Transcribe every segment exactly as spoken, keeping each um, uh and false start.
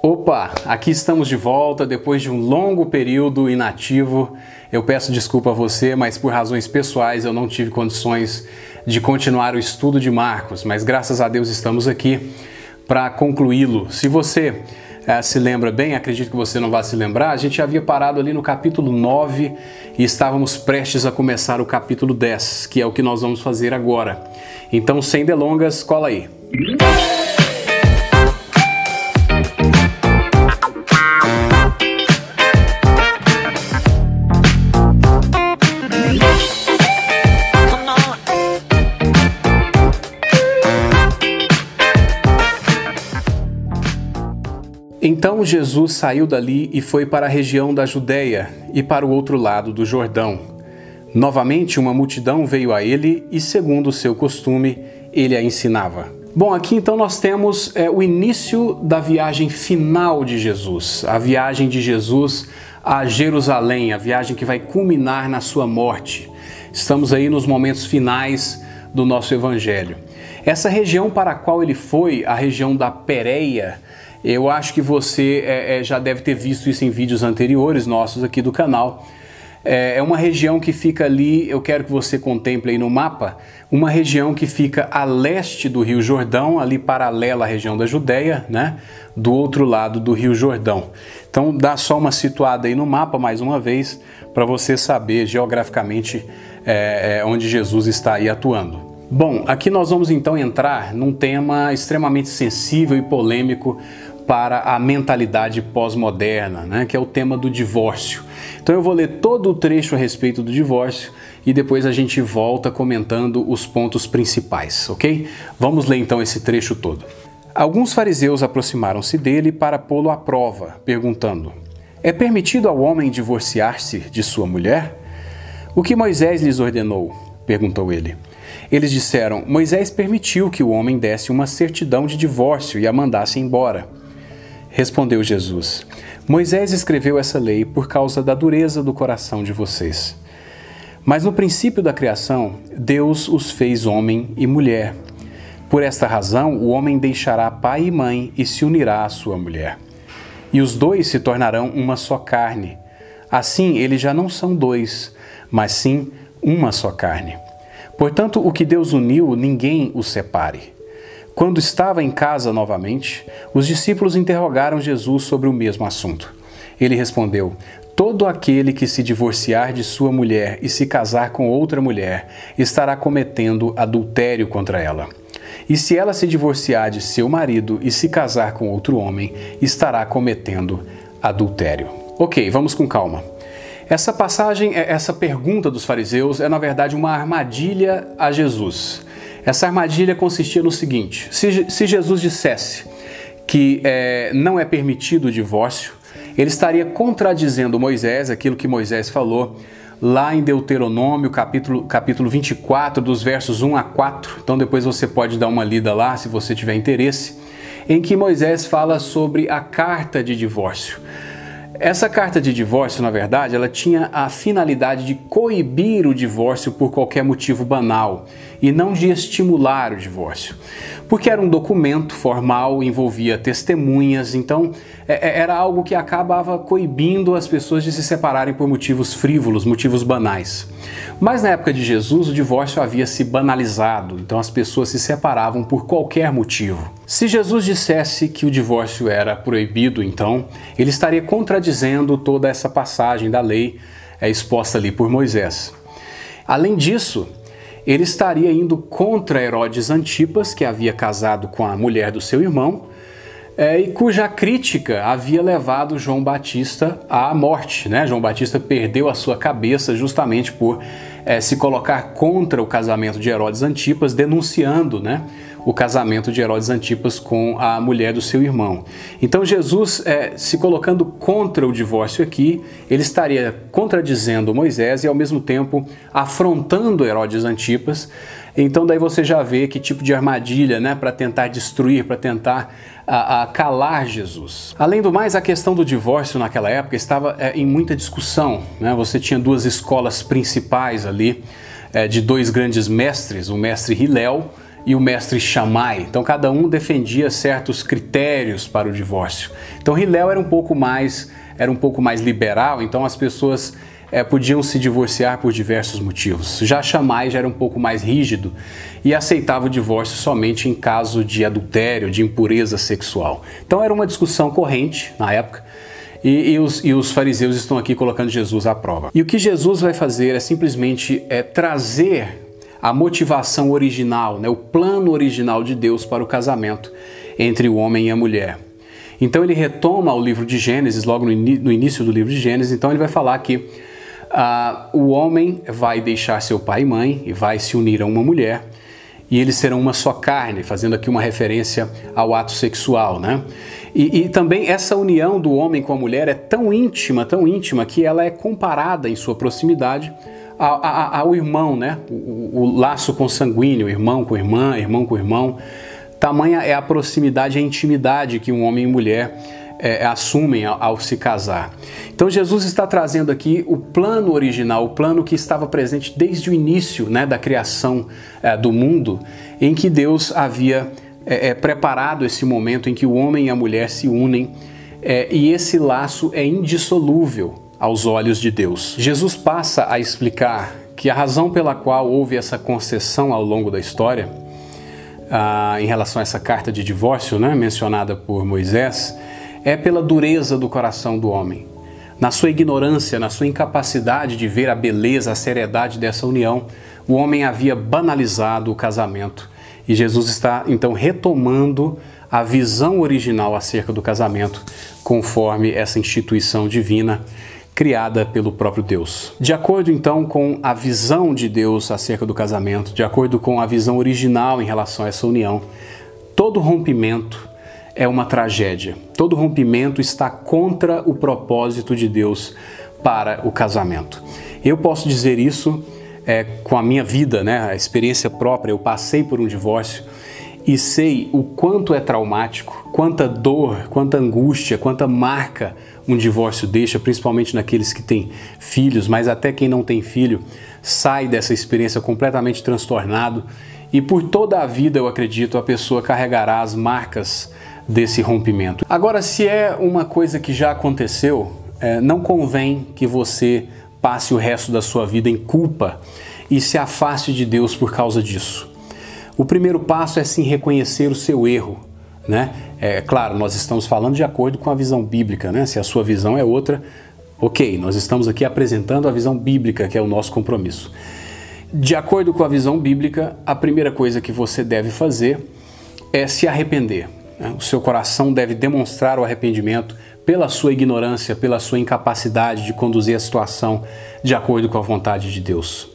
Opa, aqui estamos de volta depois de um longo período inativo. Eu peço desculpa a você, mas por razões pessoais eu não tive condições de continuar o estudo de Marcos, mas graças a Deus estamos aqui para concluí-lo. Se você eh, se lembra bem, acredito que você não vai se lembrar, a gente havia parado ali no capítulo nove e estávamos prestes a começar o capítulo dez, que é o que nós vamos fazer agora. Então, sem delongas, cola aí. Então Jesus saiu dali e foi para a região da Judéia e para o outro lado do Jordão. Novamente uma multidão veio a ele e, segundo o seu costume, ele a ensinava. Bom, aqui então nós temos é, o início da viagem final de Jesus, a viagem de Jesus a Jerusalém, a viagem que vai culminar na sua morte. Estamos aí nos momentos finais do nosso evangelho. Essa região para a qual ele foi, a região da Pérea, eu acho que você é, é, já deve ter visto isso em vídeos anteriores nossos aqui do canal. É, é uma região que fica ali, eu quero que você contemple aí no mapa, uma região que fica a leste do Rio Jordão, ali paralela à região da Judéia, né? Do outro lado do Rio Jordão. Então dá só uma situada aí no mapa, mais uma vez, para você saber geograficamente é, é, onde Jesus está aí atuando. Bom, aqui nós vamos então entrar num tema extremamente sensível e polêmico para a mentalidade pós-moderna, né, que é o tema do divórcio. Então eu vou ler todo o trecho a respeito do divórcio e depois a gente volta comentando os pontos principais, ok? Vamos ler então esse trecho todo. Alguns fariseus aproximaram-se dele para pô-lo à prova, perguntando: é permitido ao homem divorciar-se de sua mulher? O que Moisés lhes ordenou? Perguntou ele. Eles disseram: Moisés permitiu que o homem desse uma certidão de divórcio e a mandasse embora. Respondeu Jesus: Moisés escreveu essa lei por causa da dureza do coração de vocês. Mas no princípio da criação, Deus os fez homem e mulher. Por esta razão, o homem deixará pai e mãe e se unirá à sua mulher. E os dois se tornarão uma só carne. Assim, eles já não são dois, mas sim uma só carne. Portanto, o que Deus uniu, ninguém o separe. Quando estava em casa novamente, os discípulos interrogaram Jesus sobre o mesmo assunto. Ele respondeu: todo aquele que se divorciar de sua mulher e se casar com outra mulher estará cometendo adultério contra ela. E se ela se divorciar de seu marido e se casar com outro homem, estará cometendo adultério. Ok, vamos com calma. Essa passagem, essa pergunta dos fariseus é na verdade uma armadilha a Jesus. Essa armadilha consistia no seguinte: se, se Jesus dissesse que é, não é permitido o divórcio, ele estaria contradizendo Moisés, aquilo que Moisés falou lá em Deuteronômio, capítulo, capítulo vinte e quatro, dos versos um a quatro. Então depois você pode dar uma lida lá, se você tiver interesse, em que Moisés fala sobre a carta de divórcio. Essa carta de divórcio, na verdade, ela tinha a finalidade de coibir o divórcio por qualquer motivo banal e não de estimular o divórcio. Porque era um documento formal, envolvia testemunhas, então era algo que acabava coibindo as pessoas de se separarem por motivos frívolos, motivos banais. Mas na época de Jesus, o divórcio havia se banalizado, então as pessoas se separavam por qualquer motivo. Se Jesus dissesse que o divórcio era proibido, então, ele estaria contradizendo toda essa passagem da lei é, exposta ali por Moisés. Além disso, ele estaria indo contra Herodes Antipas, que havia casado com a mulher do seu irmão, é, e cuja crítica havia levado João Batista à morte, né? João Batista perdeu a sua cabeça justamente por é, se colocar contra o casamento de Herodes Antipas, denunciando, né, o casamento de Herodes Antipas com a mulher do seu irmão. Então Jesus, é, se colocando contra o divórcio aqui, ele estaria contradizendo Moisés e ao mesmo tempo afrontando Herodes Antipas. Então daí você já vê que tipo de armadilha, né, para tentar destruir, para tentar a, a calar Jesus. Além do mais, a questão do divórcio naquela época estava é, em muita discussão, né? Você tinha duas escolas principais ali, é, de dois grandes mestres, o mestre Hilel e o mestre Shammai. Então cada um defendia certos critérios para o divórcio. Então Hillel era um pouco mais, era um pouco mais liberal, então as pessoas é, podiam se divorciar por diversos motivos. Já Shammai já era um pouco mais rígido e aceitava o divórcio somente em caso de adultério, de impureza sexual. Então era uma discussão corrente na época. E, e, os, e os fariseus estão aqui colocando Jesus à prova. E o que Jesus vai fazer é simplesmente é, trazer a motivação original, né, o plano original de Deus para o casamento entre o homem e a mulher. Então ele retoma o livro de Gênesis, logo no, no início do livro de Gênesis, então ele vai falar que uh, o homem vai deixar seu pai e mãe e vai se unir a uma mulher, e eles serão uma só carne, fazendo aqui uma referência ao ato sexual, né? E, e também essa união do homem com a mulher é tão íntima, tão íntima, que ela é comparada em sua proximidade ao, ao, ao irmão, né? O, o laço consanguíneo, irmão com irmã, irmão com irmão. Tamanha é a proximidade, a intimidade que um homem e mulher é, assumem ao, ao se casar. Então Jesus está trazendo aqui o plano original, o plano que estava presente desde o início, né, da criação é, do mundo, em que Deus havia é, é, preparado esse momento em que o homem e a mulher se unem é, e esse laço é indissolúvel aos olhos de Deus. Jesus passa a explicar que a razão pela qual houve essa concessão ao longo da história, ah, em relação a essa carta de divórcio, né, mencionada por Moisés, é pela dureza do coração do homem. Na sua ignorância, na sua incapacidade de ver a beleza, a seriedade dessa união, o homem havia banalizado o casamento. E Jesus está, então, retomando a visão original acerca do casamento, conforme essa instituição divina criada pelo próprio Deus. De acordo, então, com a visão de Deus acerca do casamento, de acordo com a visão original em relação a essa união, todo rompimento é uma tragédia. Todo rompimento está contra o propósito de Deus para o casamento. Eu posso dizer isso é, com a minha vida, né, a experiência própria. Eu passei por um divórcio e sei o quanto é traumático, quanta dor, quanta angústia, quanta marca um divórcio deixa, principalmente naqueles que têm filhos, mas até quem não tem filho sai dessa experiência completamente transtornado e por toda a vida, eu acredito, a pessoa carregará as marcas desse rompimento. Agora, se é uma coisa que já aconteceu, é, não convém que você passe o resto da sua vida em culpa e se afaste de Deus por causa disso. O primeiro passo é sim reconhecer o seu erro, né? É claro, nós estamos falando de acordo com a visão bíblica, né? Se a sua visão é outra, ok, nós estamos aqui apresentando a visão bíblica, que é o nosso compromisso. De acordo com a visão bíblica, a primeira coisa que você deve fazer é se arrepender. O seu coração deve demonstrar o arrependimento pela sua ignorância, pela sua incapacidade de conduzir a situação de acordo com a vontade de Deus.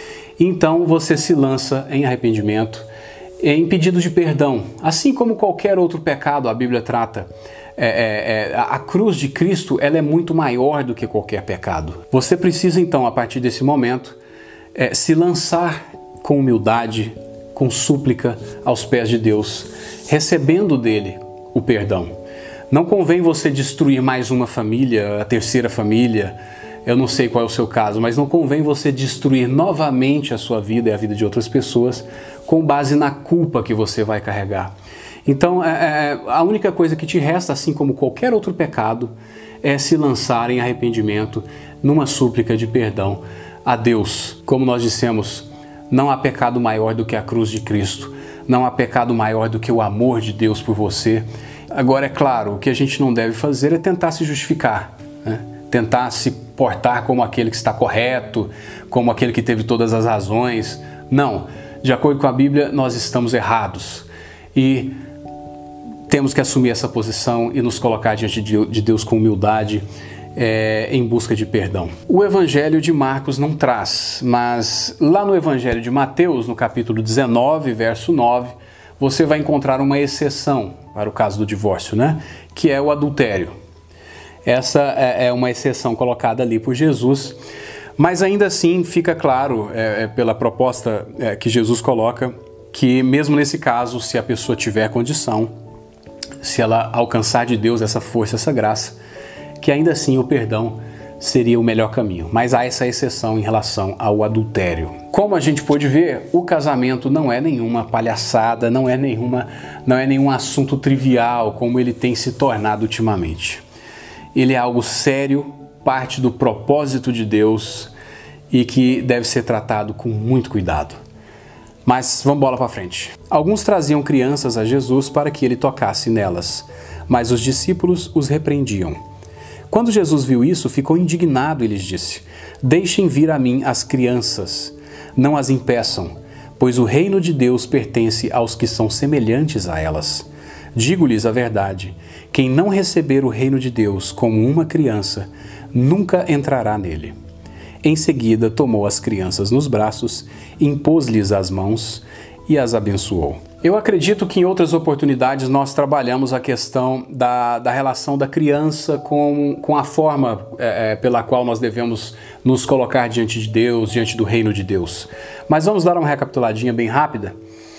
Então você se lança em arrependimento, em pedido de perdão. Assim como qualquer outro pecado, a Bíblia trata. É, é, é, a cruz de Cristo ela é muito maior do que qualquer pecado. Você precisa então, a partir desse momento, é, se lançar com humildade, com súplica aos pés de Deus, recebendo dele o perdão. Não convém você destruir mais uma família, a terceira família, eu não sei qual é o seu caso, mas não convém você destruir novamente a sua vida e a vida de outras pessoas com base na culpa que você vai carregar. Então, é, a única coisa que te resta, assim como qualquer outro pecado, é se lançar em arrependimento, numa súplica de perdão a Deus. Como nós dissemos, não há pecado maior do que a cruz de Cristo. Não há pecado maior do que o amor de Deus por você. Agora, é claro, o que a gente não deve fazer é tentar se justificar, né? Tentar se portar como aquele que está correto, como aquele que teve todas as razões. Não, de acordo com a Bíblia, nós estamos errados. E temos que assumir essa posição e nos colocar diante de Deus com humildade, É, em busca de perdão. O Evangelho de Marcos não traz, mas lá no Evangelho de Mateus, no capítulo dezenove, verso nove, você vai encontrar uma exceção para o caso do divórcio, né? Que é o adultério. Essa é, é uma exceção colocada ali por Jesus, mas ainda assim fica claro, é, é, pela proposta é, que Jesus coloca, que mesmo nesse caso, se a pessoa tiver condição, se ela alcançar de Deus essa força, essa graça, que ainda assim o perdão seria o melhor caminho. Mas há essa exceção em relação ao adultério. Como a gente pôde ver, o casamento não é nenhuma palhaçada, não é, nenhuma, não é nenhum assunto trivial como ele tem se tornado ultimamente. Ele é algo sério, parte do propósito de Deus e que deve ser tratado com muito cuidado. Mas vamos bola para frente. Alguns traziam crianças a Jesus para que ele tocasse nelas, mas os discípulos os repreendiam. Quando Jesus viu isso, ficou indignado e lhes disse: Deixem vir a mim as crianças, não as impeçam, pois o reino de Deus pertence aos que são semelhantes a elas. Digo-lhes a verdade, quem não receber o reino de Deus como uma criança, nunca entrará nele. Em seguida, tomou as crianças nos braços, impôs-lhes as mãos e as abençoou. Eu acredito que em outras oportunidades nós trabalhamos a questão da, da relação da criança com, com a forma é, pela qual nós devemos nos colocar diante de Deus, diante do reino de Deus. Mas vamos dar uma recapituladinha bem rápida.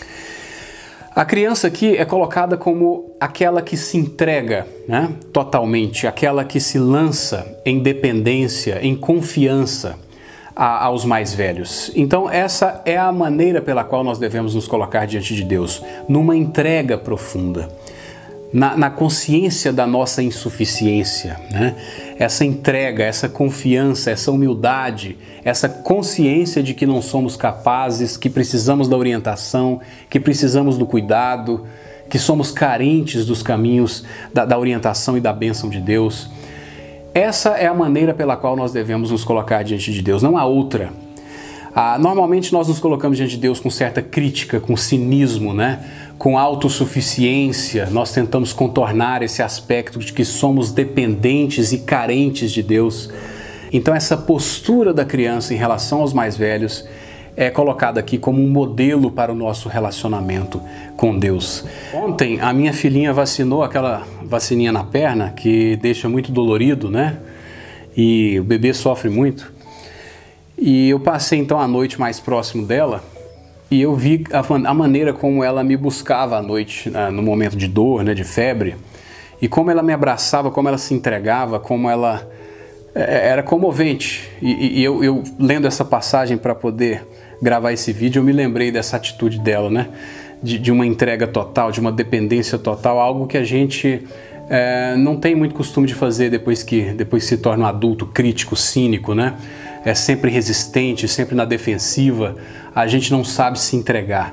A criança aqui é colocada como aquela que se entrega, né, totalmente, aquela que se lança em dependência, em confiança a, aos mais velhos. Então essa é a maneira pela qual nós devemos nos colocar diante de Deus, numa entrega profunda, na, na consciência da nossa insuficiência, né? Essa entrega, essa confiança, essa humildade, essa consciência de que não somos capazes, que precisamos da orientação, que precisamos do cuidado, que somos carentes dos caminhos da, da orientação e da bênção de Deus. Essa é a maneira pela qual nós devemos nos colocar diante de Deus, não há outra. Ah, normalmente nós nos colocamos diante de Deus com certa crítica, com cinismo, né? Com autossuficiência. Nós tentamos contornar esse aspecto de que somos dependentes e carentes de Deus. Então essa postura da criança em relação aos mais velhos é colocada aqui como um modelo para o nosso relacionamento com Deus. Ontem a minha filhinha vacinou aquela vacininha na perna que deixa muito dolorido, né? E o bebê sofre muito. E eu passei então a noite mais próximo dela e eu vi a, a maneira como ela me buscava à noite, né, no momento de dor, né, de febre, e como ela me abraçava, como ela se entregava, como ela é, era comovente. E, e eu, eu lendo essa passagem para poder gravar esse vídeo, eu me lembrei dessa atitude dela, né, de, de uma entrega total, de uma dependência total, algo que a gente é, não tem muito costume de fazer depois que, depois que se torna um adulto crítico, cínico, né? É sempre resistente, sempre na defensiva, a gente não sabe se entregar.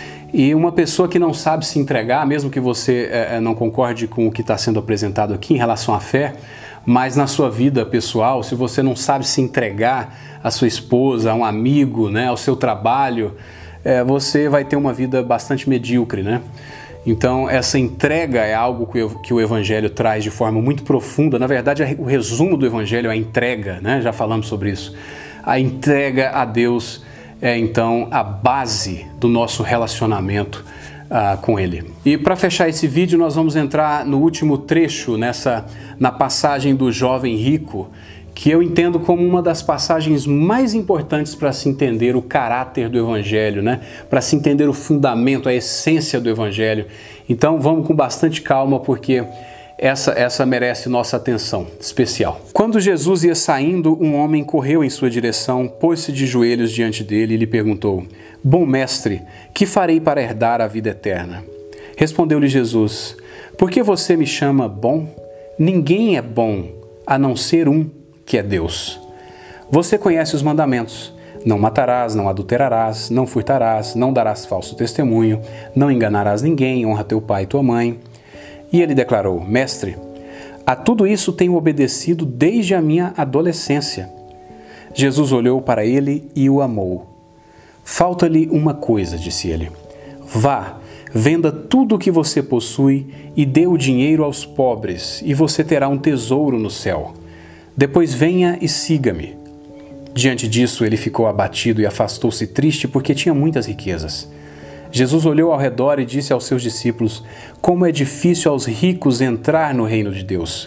E uma pessoa que não sabe se entregar, mesmo que você é, não concorde com o que está sendo apresentado aqui em relação à fé, mas na sua vida pessoal, se você não sabe se entregar à sua esposa, a um amigo, né, ao seu trabalho, é, você vai ter uma vida bastante medíocre, né? Então essa entrega é algo que o Evangelho traz de forma muito profunda. Na verdade, o resumo do Evangelho é a entrega, né? Já falamos sobre isso. A entrega a Deus é então a base do nosso relacionamento uh, com Ele. E para fechar esse vídeo, nós vamos entrar no último trecho, nessa, na passagem do jovem rico, que eu entendo como uma das passagens mais importantes para se entender o caráter do Evangelho, né? Para se entender o fundamento, a essência do Evangelho. Então vamos com bastante calma, porque essa, essa merece nossa atenção especial. Quando Jesus ia saindo, um homem correu em sua direção, pôs-se de joelhos diante dele e lhe perguntou: Bom mestre, que farei para herdar a vida eterna? Respondeu-lhe Jesus: Por que você me chama bom? Ninguém é bom, a não ser um, que é Deus. Você conhece os mandamentos: não matarás, não adulterarás, não furtarás, não darás falso testemunho, não enganarás ninguém, honra teu pai e tua mãe. E ele declarou: Mestre, a tudo isso tenho obedecido desde a minha adolescência. Jesus olhou para ele e o amou. Falta-lhe uma coisa, disse ele. Vá, venda tudo o que você possui e dê o dinheiro aos pobres, e você terá um tesouro no céu. Depois venha e siga-me. Diante disso, ele ficou abatido e afastou-se triste porque tinha muitas riquezas. Jesus olhou ao redor e disse aos seus discípulos: Como é difícil aos ricos entrar no reino de Deus.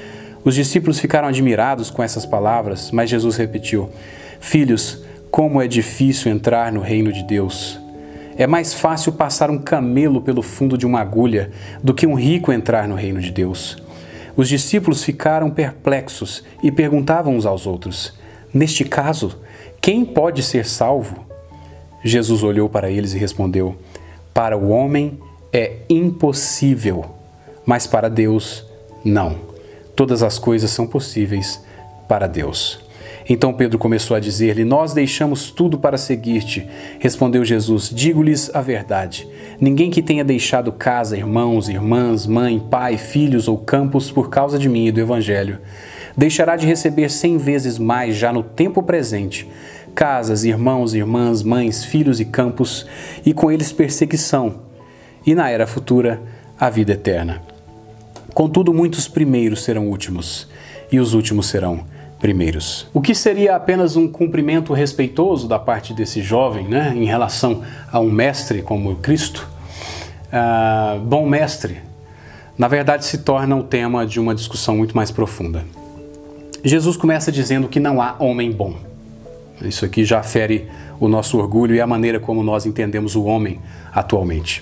Os discípulos ficaram admirados com essas palavras, mas Jesus repetiu: Filhos, como é difícil entrar no reino de Deus. É mais fácil passar um camelo pelo fundo de uma agulha do que um rico entrar no reino de Deus. Os discípulos ficaram perplexos e perguntavam uns aos outros: neste caso, quem pode ser salvo? Jesus olhou para eles e respondeu: para o homem é impossível, mas para Deus não. Todas as coisas são possíveis para Deus. Então Pedro começou a dizer-lhe: nós deixamos tudo para seguir-te. Respondeu Jesus: digo-lhes a verdade. Ninguém que tenha deixado casa, irmãos, irmãs, mãe, pai, filhos ou campos por causa de mim e do Evangelho, deixará de receber cem vezes mais já no tempo presente, casas, irmãos, irmãs, mães, filhos e campos, e com eles perseguição, e na era futura a vida eterna. Contudo, muitos primeiros serão últimos, e os últimos serão primeiros. O que seria apenas um cumprimento respeitoso da parte desse jovem, né, em relação a um mestre como Cristo, ah, bom mestre, na verdade se torna o tema de uma discussão muito mais profunda. Jesus começa dizendo que não há homem bom. Isso aqui já fere o nosso orgulho e a maneira como nós entendemos o homem atualmente.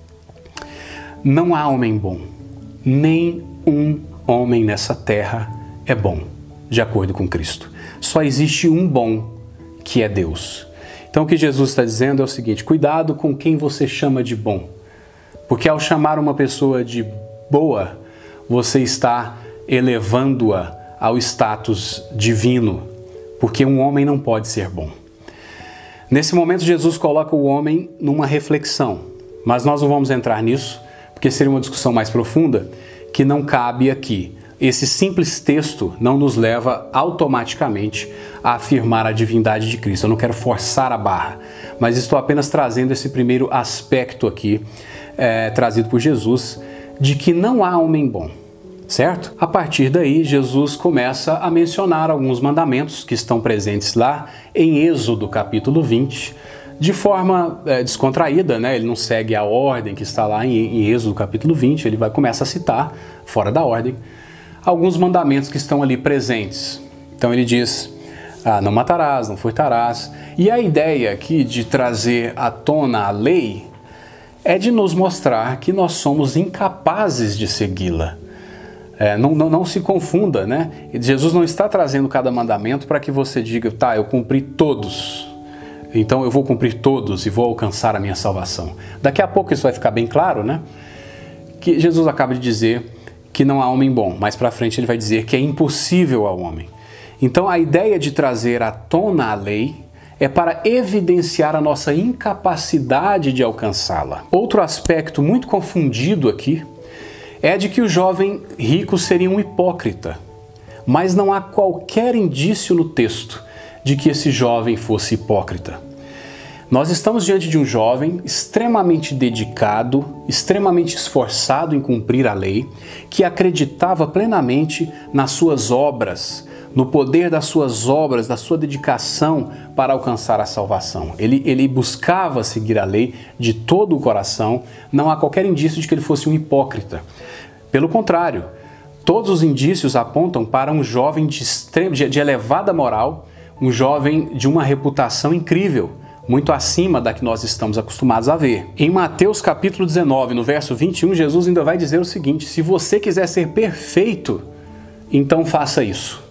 Não há homem bom. Nem um homem nessa terra é bom, de acordo com Cristo. Só existe um bom, que é Deus. Então o que Jesus está dizendo é o seguinte: cuidado com quem você chama de bom. Porque ao chamar uma pessoa de boa, você está elevando-a ao status divino. Porque um homem não pode ser bom. Nesse momento Jesus coloca o homem numa reflexão. Mas nós não vamos entrar nisso, porque seria uma discussão mais profunda que não cabe aqui. Esse simples texto não nos leva automaticamente a afirmar a divindade de Cristo. Eu não quero forçar a barra, mas estou apenas trazendo esse primeiro aspecto aqui, é, trazido por Jesus, de que não há homem bom, certo? A partir daí, Jesus começa a mencionar alguns mandamentos que estão presentes lá em Êxodo capítulo vinte, de forma é, descontraída, né? Ele não segue a ordem que está lá em, em Êxodo capítulo vinte, ele vai começar a citar, fora da ordem, alguns mandamentos que estão ali presentes. Então ele diz: ah, não matarás, não furtarás. E a ideia aqui de trazer à tona a lei é de nos mostrar que nós somos incapazes de segui-la. É, não, não, não se confunda, né? Jesus não está trazendo cada mandamento para que você diga: tá, eu cumpri todos, então eu vou cumprir todos e vou alcançar a minha salvação. Daqui a pouco isso vai ficar bem claro, né? Que Jesus acaba de dizer que não há homem bom, mais para frente ele vai dizer que é impossível ao homem. Então a ideia de trazer à tona a lei é para evidenciar a nossa incapacidade de alcançá-la. Outro aspecto muito confundido aqui é de que o jovem rico seria um hipócrita, mas não há qualquer indício no texto de que esse jovem fosse hipócrita. Nós estamos diante de um jovem extremamente dedicado, extremamente esforçado em cumprir a lei, que acreditava plenamente nas suas obras, no poder das suas obras, da sua dedicação para alcançar a salvação. Ele, ele buscava seguir a lei de todo o coração, não há qualquer indício de que ele fosse um hipócrita. Pelo contrário, todos os indícios apontam para um jovem de, extrema, de, de elevada moral, um jovem de uma reputação incrível, muito acima da que nós estamos acostumados a ver. Em Mateus capítulo dezenove, no verso vinte e um, Jesus ainda vai dizer o seguinte: se você quiser ser perfeito, então faça isso.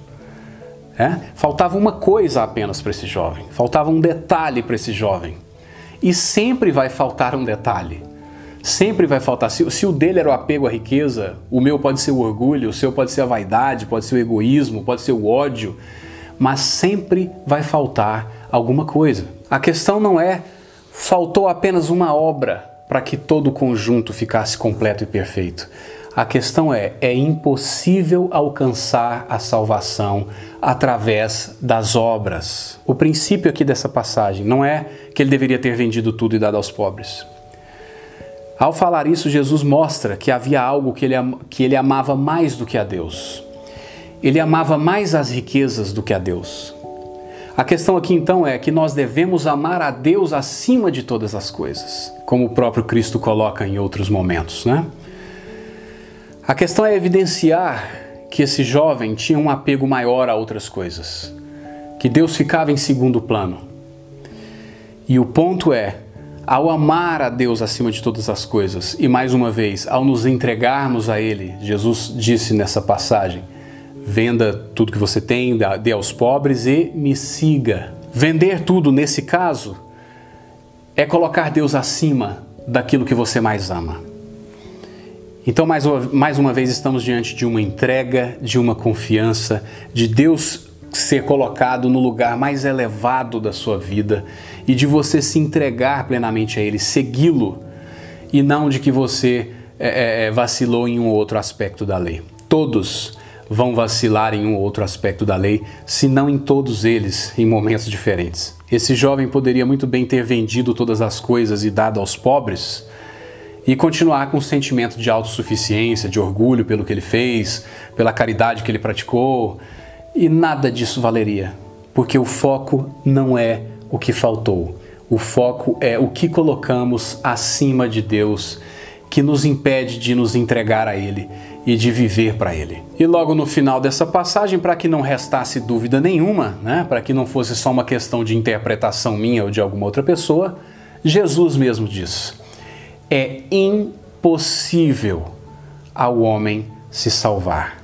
É? Faltava uma coisa apenas para esse jovem, faltava um detalhe para esse jovem. E sempre vai faltar um detalhe. Sempre vai faltar. Se, se o dele era o apego à riqueza, o meu pode ser o orgulho, o seu pode ser a vaidade, pode ser o egoísmo, pode ser o ódio, mas sempre vai faltar alguma coisa. A questão não é faltou apenas uma obra para que todo o conjunto ficasse completo e perfeito. A questão é, é impossível alcançar a salvação através das obras. O princípio aqui dessa passagem não é que ele deveria ter vendido tudo e dado aos pobres. Ao falar isso, Jesus mostra que havia algo que ele, que ele amava mais do que a Deus. Ele amava mais as riquezas do que a Deus. A questão aqui então é que nós devemos amar a Deus acima de todas as coisas, como o próprio Cristo coloca em outros momentos, né? A questão é evidenciar que esse jovem tinha um apego maior a outras coisas, que Deus ficava em segundo plano. E o ponto é, Ao amar a Deus acima de todas as coisas e, mais uma vez, ao nos entregarmos a Ele, Jesus disse nessa passagem, venda tudo que você tem, dê aos pobres e me siga. Vender tudo, nesse caso, é colocar Deus acima daquilo que você mais ama. Então, mais uma, mais uma vez, estamos diante de uma entrega, de uma confiança, de Deus ser colocado no lugar mais elevado da sua vida e de você se entregar plenamente a Ele, segui-lo, e não de que você é, é, vacilou em um outro aspecto da lei. Todos vão vacilar em um outro aspecto da lei, se não em todos eles, em momentos diferentes. Esse jovem poderia muito bem ter vendido todas as coisas e dado aos pobres e continuar com um sentimento de autossuficiência, de orgulho pelo que ele fez, pela caridade que ele praticou, e nada disso valeria, porque o foco não é o que faltou. O foco é o que colocamos acima de Deus, que nos impede de nos entregar a Ele e de viver para Ele. E logo no final dessa passagem, para que não restasse dúvida nenhuma, né, para que não fosse só uma questão de interpretação minha ou de alguma outra pessoa, Jesus mesmo diz: é impossível ao homem se salvar.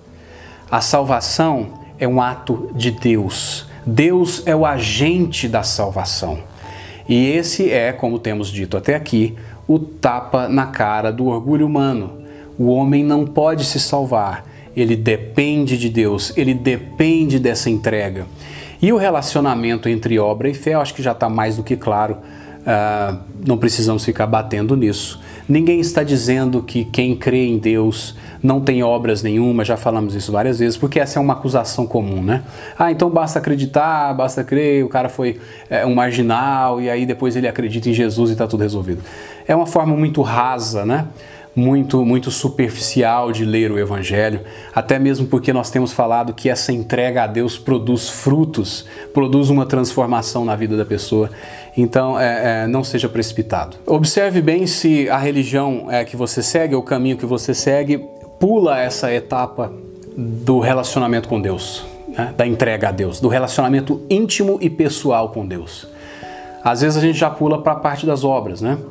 A salvação é um ato de Deus. Deus é o agente da salvação. E esse é, como temos dito até aqui, o tapa na cara do orgulho humano. O homem não pode se salvar. Ele depende de Deus, ele depende dessa entrega. E o relacionamento entre obra e fé, eu acho que já está mais do que claro. Uh, não precisamos ficar batendo nisso. Ninguém está dizendo que quem crê em Deus não tem obras nenhuma, já falamos isso várias vezes, porque essa é uma acusação comum, né? Ah, então basta acreditar, basta crer, o cara foi é, um marginal e aí depois ele acredita em Jesus e está tudo resolvido. É uma forma muito rasa, né? Muito, muito superficial de ler o Evangelho, até mesmo porque nós temos falado que essa entrega a Deus produz frutos, produz uma transformação na vida da pessoa. Então, é, é, não seja precipitado. Observe bem se a religião é, que você segue, o caminho que você segue, pula essa etapa do relacionamento com Deus, né? Da entrega a Deus, do relacionamento íntimo e pessoal com Deus. Às vezes a gente já pula para a parte das obras, né?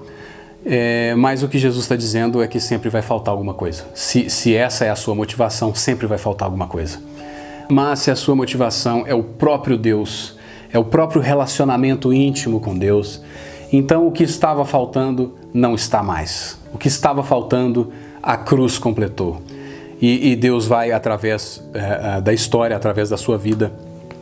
É, mas o que Jesus está dizendo é que sempre vai faltar alguma coisa. Se, se essa é a sua motivação, sempre vai faltar alguma coisa. Mas se a sua motivação é o próprio Deus, é o próprio relacionamento íntimo com Deus, então o que estava faltando não está mais. O que estava faltando, a cruz completou. E, e Deus vai, através é, da história, através da sua vida,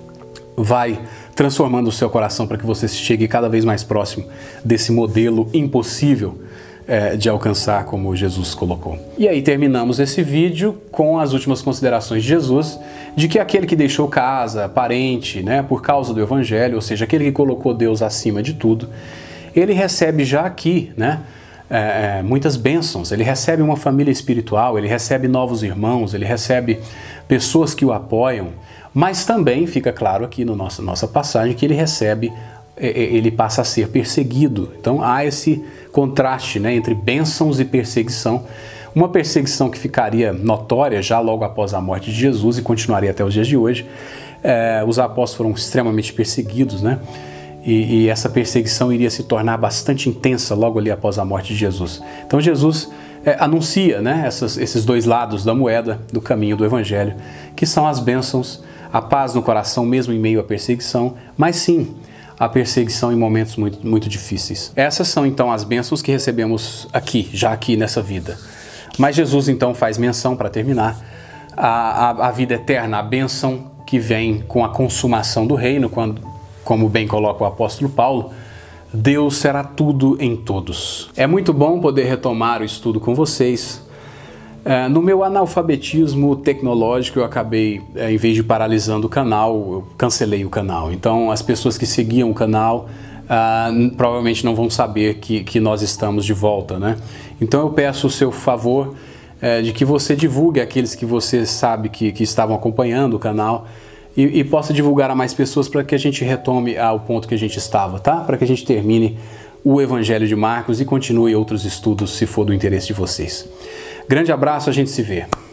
vai transformando o seu coração para que você chegue cada vez mais próximo desse modelo impossível é, de alcançar, como Jesus colocou. E aí terminamos esse vídeo com as últimas considerações de Jesus, de que aquele que deixou casa, parente, né, por causa do Evangelho, ou seja, aquele que colocou Deus acima de tudo, ele recebe já aqui, né, é, muitas bênçãos, ele recebe uma família espiritual, ele recebe novos irmãos, ele recebe pessoas que o apoiam, mas também fica claro aqui na no nossa, nossa passagem que ele recebe, ele passa a ser perseguido. Então há esse contraste, né, entre bênçãos e perseguição. Uma perseguição que ficaria notória já logo após a morte de Jesus e continuaria até os dias de hoje. É, os apóstolos foram extremamente perseguidos, né? E, e essa perseguição iria se tornar bastante intensa logo ali após a morte de Jesus. Então Jesus é, anuncia, né, essas, esses dois lados da moeda, do caminho do Evangelho, que são as bênçãos, a paz no coração mesmo em meio à perseguição, mas sim, a perseguição em momentos muito, muito difíceis. Essas são então as bênçãos que recebemos aqui, já aqui nessa vida. Mas Jesus então faz menção, para terminar, a, a, a vida eterna, a bênção que vem com a consumação do reino, quando, como bem coloca o apóstolo Paulo, Deus será tudo em todos. É muito bom poder retomar o estudo com vocês. É, no meu analfabetismo tecnológico, eu acabei, é, em vez de paralisando o canal, eu cancelei o canal. Então, as pessoas que seguiam o canal ah, provavelmente não vão saber que, que nós estamos de volta, né? Então, eu peço o seu favor é, de que você divulgue aqueles que você sabe que, que estavam acompanhando o canal e, e possa divulgar a mais pessoas para que a gente retome ao ponto que a gente estava, tá? Para que a gente termine o Evangelho de Marcos e continue outros estudos, se for do interesse de vocês. Grande abraço, a gente se vê.